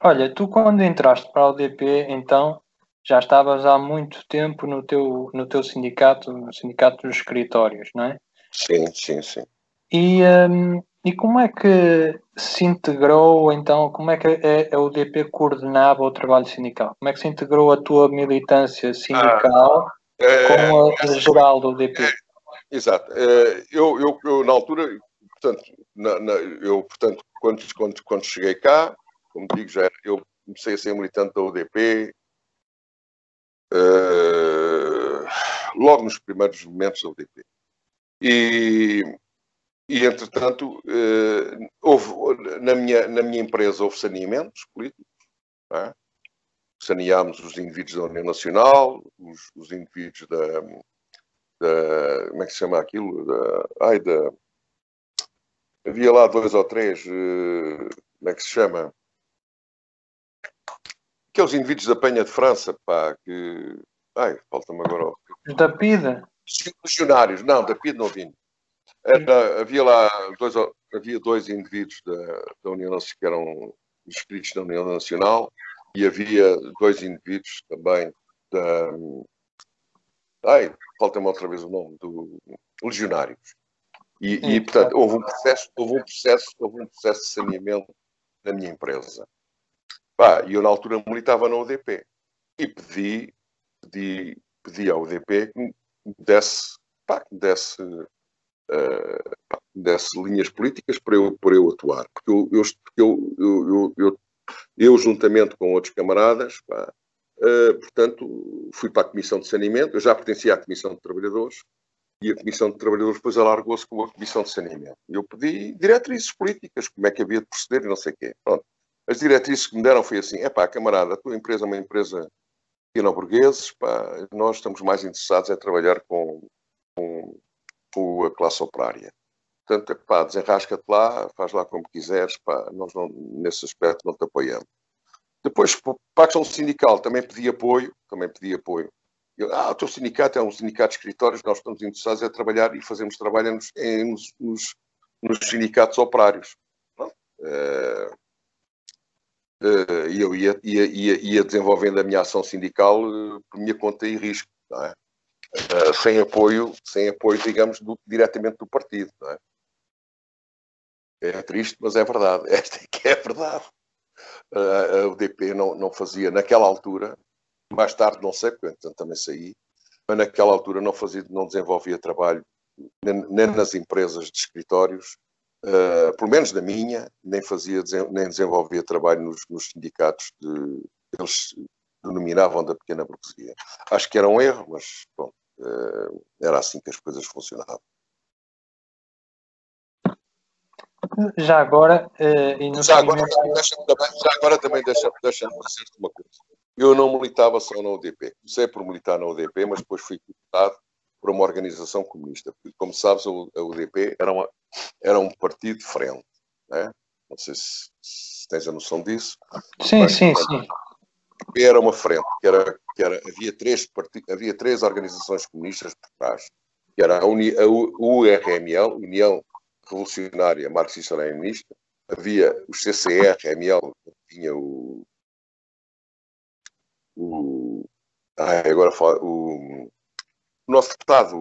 Olha, tu quando entraste para a UDP, então, já estavas há muito tempo no teu sindicato, no sindicato dos escritórios, não é? Sim, sim, sim. E como é que se integrou, então, como é que a UDP coordenava o trabalho sindical? Como é que se integrou a tua militância Ah, sindical é, com a geral da UDP? exato. Eu, na altura, portanto, portanto quando cheguei cá, como digo, eu comecei a ser militante da UDP, logo nos primeiros momentos da UDP. E entretanto, na minha empresa houve saneamentos políticos, não é? Saneámos os indivíduos da União Nacional, os indivíduos como é que se chama aquilo? Havia lá dois ou três, como é que se chama? Aqueles indivíduos da Penha de França, pá, falta-me agora. Da PIDE? Legionários, não, da PIDE não vinha. Havia lá havia dois indivíduos da União Nacional que eram inscritos na União Nacional e havia dois indivíduos também da. Falta-me outra vez o nome, do Legionários. Portanto, houve um processo de saneamento na minha empresa. E eu, na altura, militava na UDP. E pedi à UDP que me desse linhas políticas para eu atuar. Porque eu, juntamente com outros camaradas, portanto, fui para a Comissão de Saneamento. Eu já pertencia à Comissão de Trabalhadores e a Comissão de Trabalhadores depois alargou-se com a Comissão de Saneamento. Eu pedi diretrizes políticas, como é que havia de proceder e não sei o quê. Pronto. As diretrizes que me deram foi assim: camarada, a tua empresa é uma empresa pequeno-burgueses, nós estamos mais interessados em trabalhar com a classe operária. Portanto, desenrasca-te lá, faz lá como quiseres, nós não, nesse aspecto não te apoiamos. Depois, para a questão sindical, também pedi apoio. O teu sindicato é um sindicato de escritórios, nós estamos interessados em trabalhar e fazemos trabalho nos sindicatos operários. E eu ia desenvolvendo a minha ação sindical por minha conta e risco, não é? Sem apoio, digamos, diretamente do partido, não é? É triste, mas é verdade. Esta é que é a verdade. A UDP não fazia, naquela altura, mais tarde não sei, porque eu também saí, mas naquela altura não desenvolvia trabalho nem nas empresas de escritórios, pelo menos na minha, nem desenvolvia trabalho nos sindicatos que eles denominavam da pequena burguesia. Acho que era um erro, mas pronto, era assim que as coisas funcionavam. Já agora, Já agora também deixa-me dizer-te uma coisa. Eu não militava só na UDP. Comecei por militar na UDP, mas depois fui convocado por uma organização comunista. Porque, como sabes, a UDP era um partido diferente. Né? Não sei se tens a noção disso. sim, Mas, sim, portanto, sim. era uma frente, havia três organizações comunistas por trás, que era a URML, União Revolucionária Marxista-Leninista, havia o CCR-ML, que tinha agora fala, o nosso deputado,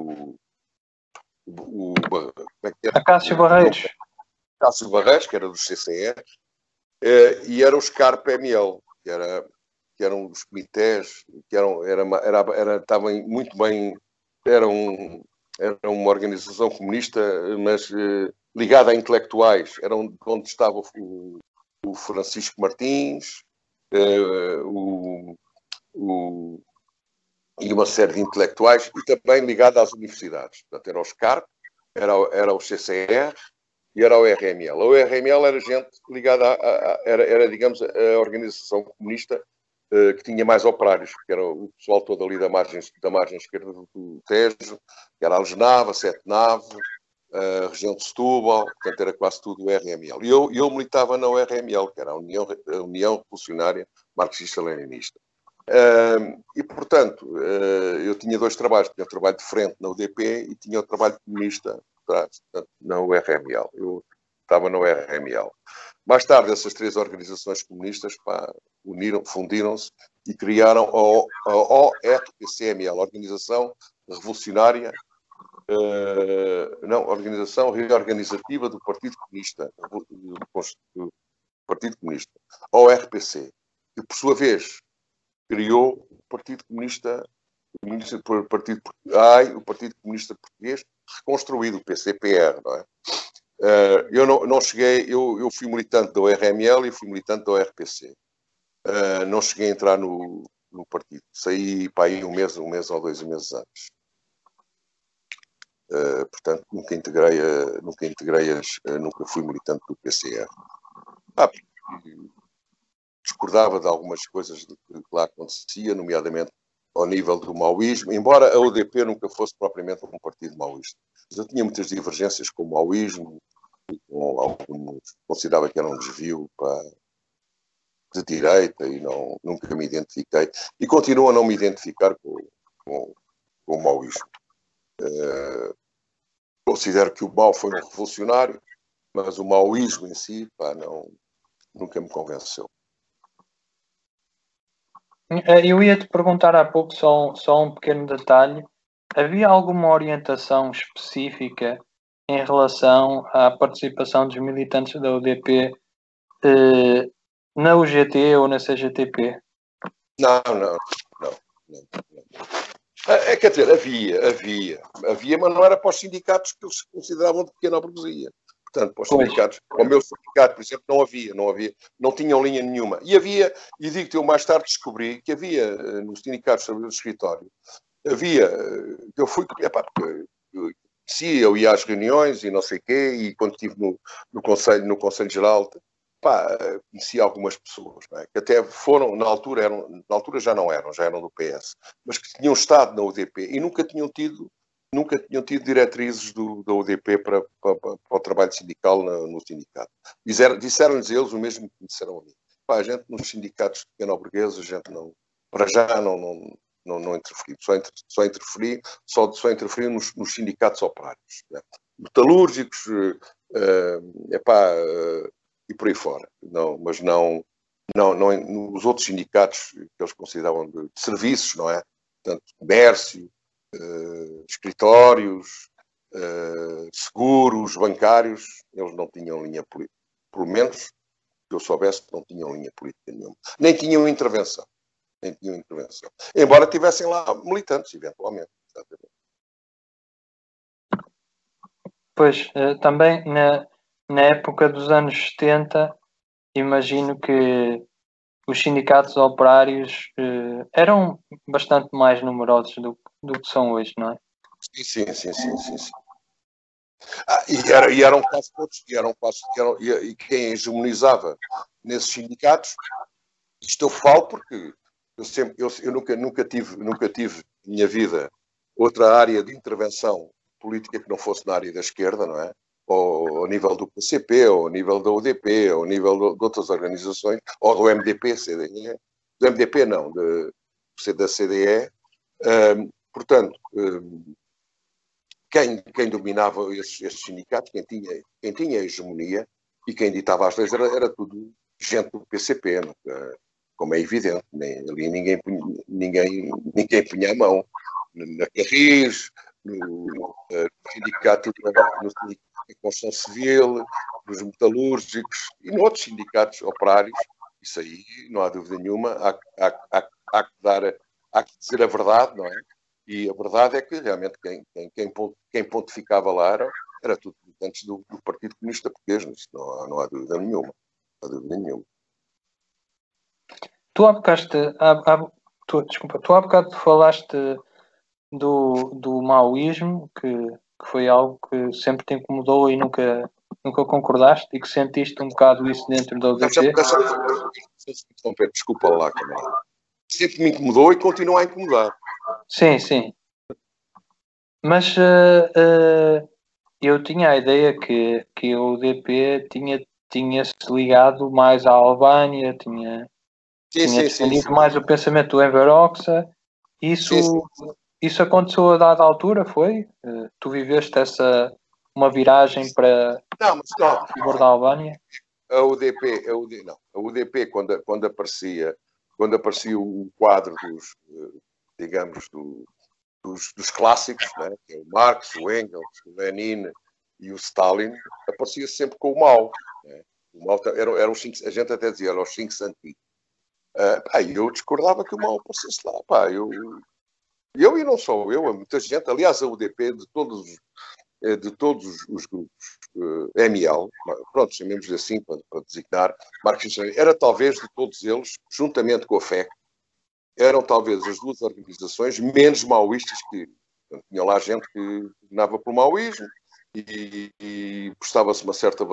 como é que era? Acácio Barreiros. Cássio Barreiros, que era do CCR, e era o SCARP-ML, que eram os comitês, que estavam muito bem, era uma organização comunista, mas ligada a intelectuais. Era onde estava o Francisco Martins, e uma série de intelectuais, e também ligada às universidades. Portanto, era o SCARP, era o CCR e era o RML. O RML era gente ligada era, digamos, a organização comunista que tinha mais operários, que era o pessoal todo ali da margem esquerda do Tejo, que era Algenava, Sete Nave, a região de Setúbal, portanto era quase tudo o RML. E eu militava na URML, que era a União Revolucionária Marxista-Leninista. E, portanto, eu tinha dois trabalhos. Tinha o trabalho de frente na UDP e tinha o trabalho comunista na URML. Eu estava na URML. Mais tarde, essas três organizações comunistas, pá, fundiram-se e criaram a ORPCML, Organização Revolucionária, Organização Reorganizativa do Partido Comunista, do Partido Comunista, ORPC, que por sua vez criou o Partido Comunista, o Partido Comunista Português reconstruído, o PCPR, não é? Eu não cheguei, eu fui militante da ORML e fui militante da ORPC. Não cheguei a entrar no partido. Saí para aí um mês ou 2 meses antes. Portanto, nunca fui militante do PCR. Discordava de algumas coisas que lá acontecia, nomeadamente ao nível do maoísmo, embora a UDP nunca fosse propriamente um partido maoísta. Mas eu tinha muitas divergências com o maoísmo, com alguns considerava que era um desvio de direita e nunca me identifiquei. E continuo a não me identificar com o maoísmo. Considero que o Mao foi um revolucionário, mas o maoísmo em si, nunca me convenceu. Eu ia te perguntar há pouco só um pequeno detalhe. Havia alguma orientação específica em relação à participação dos militantes da UDP na UGT ou na CGTP? Não. Quer dizer, havia, mas não era para os sindicatos que eles consideravam de pequena burguesia. Portanto, para os sindicatos, para o meu sindicato, por exemplo, não tinham linha nenhuma. E digo-te, eu mais tarde descobri que havia nos sindicatos sobre o escritório, eu fui, eu ia às reuniões e não sei o quê, e quando estive no Conselho Geral, conheci algumas pessoas, não é? Que até foram, na altura já eram do PS, mas que tinham estado na UDP e nunca tinham tido diretrizes da UDP para o trabalho sindical no sindicato. Disseram-lhes eles o mesmo que me disseram a mim. A gente nos sindicatos de pequeno-burgueses, a gente para já não interferi. Só interferi nos sindicatos operários, né? Metalúrgicos, e por aí fora. Mas não nos outros sindicatos que eles consideravam de serviços, não é? Portanto, comércio, escritórios, seguros, bancários, eles não tinham linha política. Pelo menos, que eu soubesse, não tinham linha política nenhuma. Nem tinham intervenção. Embora tivessem lá militantes, eventualmente. Pois, também na época dos anos 70, imagino que os sindicatos operários eram bastante mais numerosos do que são hoje, não é? Sim. E eram quase todos, e quem hegemonizava nesses sindicatos, isto eu falo porque eu nunca tive na minha vida outra área de intervenção política que não fosse na área da esquerda, não é? Ou ao nível do PCP, ou ao nível da UDP, ou ao nível de outras organizações, ou do MDP, CDE, do MDP não, da CDE. Portanto, quem dominava esses sindicatos, quem tinha a hegemonia e quem ditava as leis era tudo gente do PCP, não? Como é evidente, ali ninguém punha a mão na Carris, no sindicato de construção civil, nos metalúrgicos e noutros sindicatos operários. Isso aí, não há dúvida nenhuma, há que dizer a verdade, não é? E a verdade é que realmente quem pontificava lá era tudo antes do Partido Comunista Português, não há dúvida nenhuma. Tu há bocado falaste do maoísmo, que foi algo que sempre te incomodou e nunca concordaste, e que sentiste um bocado isso dentro da UDP. Desculpa lá, camarada. Sempre me incomodou e continua a incomodar. Sim. Mas eu tinha a ideia que a UDP tinha-se ligado mais à Albânia, tinha defendido mais o pensamento do Enver Hoxha. Isso aconteceu a dada altura, foi? Tu viveste uma viragem para a favor da Albânia? a UDP, não, a UDP quando aparecia o quadro dos, digamos, dos clássicos, né? Que é o Marx, o Engels, o Lenin e o Stalin, aparecia sempre com o Mao. Né? O Mao era os cinco, a gente até dizia, eram os cinco antigos. Eu discordava que o Mao aparecesse lá. Eu e não só eu, muita gente, aliás, a UDP de todos os grupos ML, pronto, chamemos assim para designar, marxistas, era talvez de todos eles, juntamente com a FEC, eram talvez as duas organizações menos maoístas que tinha lá gente que dominava pelo maoísmo e prestava-se uma certa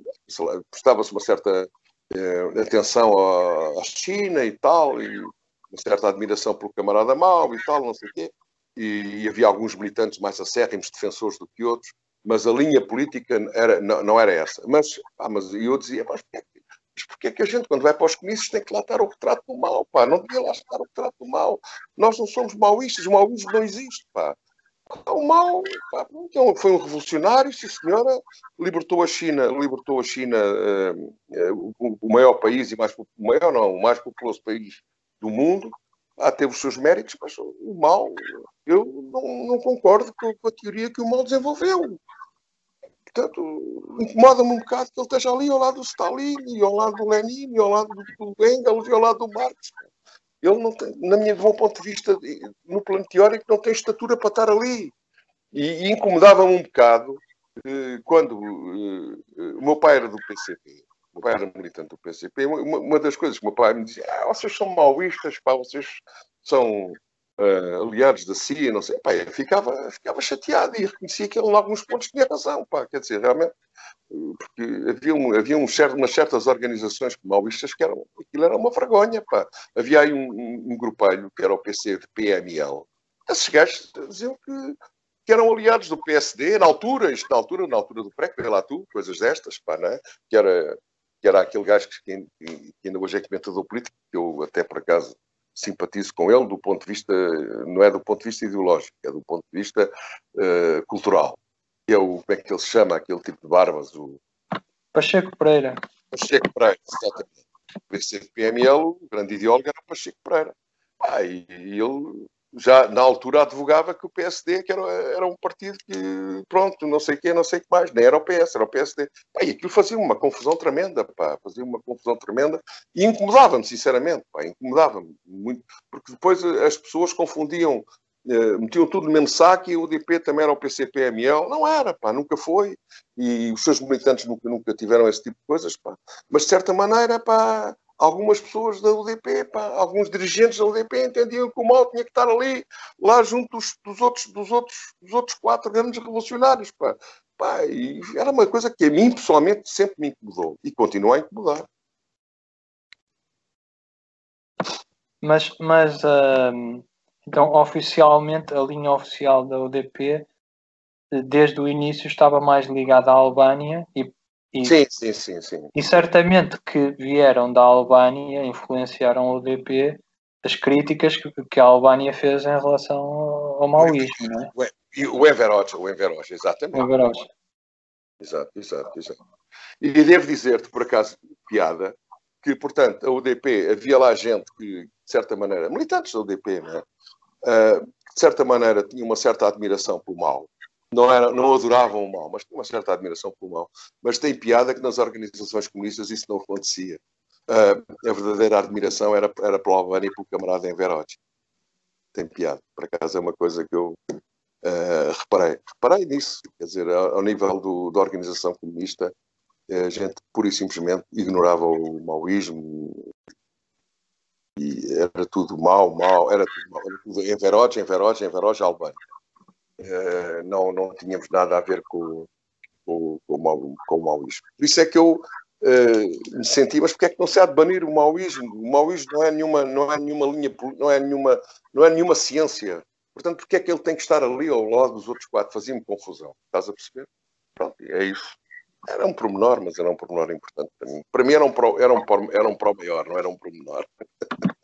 atenção à China e tal, e uma certa admiração pelo camarada Mao e tal, não sei o quê, e havia alguns militantes mais acérrimos, defensores do que outros, mas a linha política não era essa. Mas eu dizia, mas porquê é que a gente, quando vai para os comícios, tem que lá estar o retrato do Mao, pá? Não devia lá estar o retrato do Mao. Nós não somos maoístas, o maoísmo não existe, pá. O Mao, pá, então, foi um revolucionário, sim senhora, libertou a China, o maior país e o mais populoso país do mundo, teve os seus méritos, mas o Mao, eu não concordo com a teoria que o Mao desenvolveu. Portanto, incomoda-me um bocado que ele esteja ali ao lado do Stalin, e ao lado do Lenin, e ao lado do Engels, e ao lado do Marx. Ele não tem, do meu ponto de vista, no plano teórico, não tem estatura para estar ali. E incomodava-me um bocado quando o meu pai era do PCP, o meu pai era militante do PCP, uma das coisas que o meu pai me dizia, vocês são maoístas, pá, vocês são aliados da CIA, não sei, pá, eu ficava chateado e reconhecia que ele, em alguns pontos, tinha razão, pá, quer dizer, realmente, porque havia umas certas organizações maoístas que aquilo era uma vergonha, pá. Havia aí um grupelho, que era o PC de PML, esses gajos diziam que eram aliados do PSD, na altura do PREC, vê lá tu, coisas destas, pá, não é? Que era aquele gajo que ainda hoje é comentador político, que eu até por acaso simpatizo com ele do ponto de vista, não é do ponto de vista ideológico, é do ponto de vista cultural. É como é que ele se chama, aquele tipo de barbas? O Pacheco Pereira. Pacheco Pereira, exatamente. O PCP-PML, o grande ideólogo era o Pacheco Pereira. E ele já na altura advogava que o PSD que era um partido que, pronto, não sei o quê, não sei o que mais, nem era o PS, era o PSD. E aquilo fazia uma confusão tremenda, pá, e incomodava-me, sinceramente, pá, incomodava-me muito, porque depois as pessoas confundiam, metiam tudo no mesmo saco e o UDP também era o PCP-ML. Não era, pá, nunca foi, e os seus militantes nunca tiveram esse tipo de coisas, pá. Mas de certa maneira, pá, algumas pessoas da UDP, pá, alguns dirigentes da UDP entendiam que o Mao tinha que estar ali, lá junto dos outros quatro grandes revolucionários, pá. E era uma coisa que a mim, pessoalmente, sempre me incomodou e continua a incomodar. Mas então, oficialmente, a linha oficial da UDP, desde o início, estava mais ligada à Albânia Sim. E certamente que vieram da Albânia, influenciaram a UDP, as críticas que a Albânia fez em relação ao maoísmo, não é? O Enver Hoxha, exatamente. O Enver Hoxha. Exato. E devo dizer-te, por acaso, piada, que, portanto, a UDP, havia lá gente que, de certa maneira, militantes da UDP, não é? De certa maneira, tinha uma certa admiração pelo Mao. Não adoravam o Mao, mas tinha uma certa admiração pelo Mao. Mas tem piada que nas organizações comunistas isso não acontecia. A verdadeira admiração era pela Albânia e pelo camarada Enver Hoxha. Tem piada. Por acaso é uma coisa que eu reparei nisso. Quer dizer, ao nível da organização comunista, a gente pura e simplesmente ignorava o maoísmo e era tudo mau, era tudo Enver Hoxha, Albânia. Não tínhamos nada a ver com o maoísmo. Por isso é que eu me senti, mas porque é que não se há de banir o maoísmo? O maoísmo não é nenhuma linha, não é nenhuma ciência. Portanto, porque é que ele tem que estar ali ao lado dos outros quatro? Fazia-me confusão. Estás a perceber? Pronto, é isso. Era um pormenor, mas era um pormenor importante para mim. Para mim era um pró maior, não era um pormenor.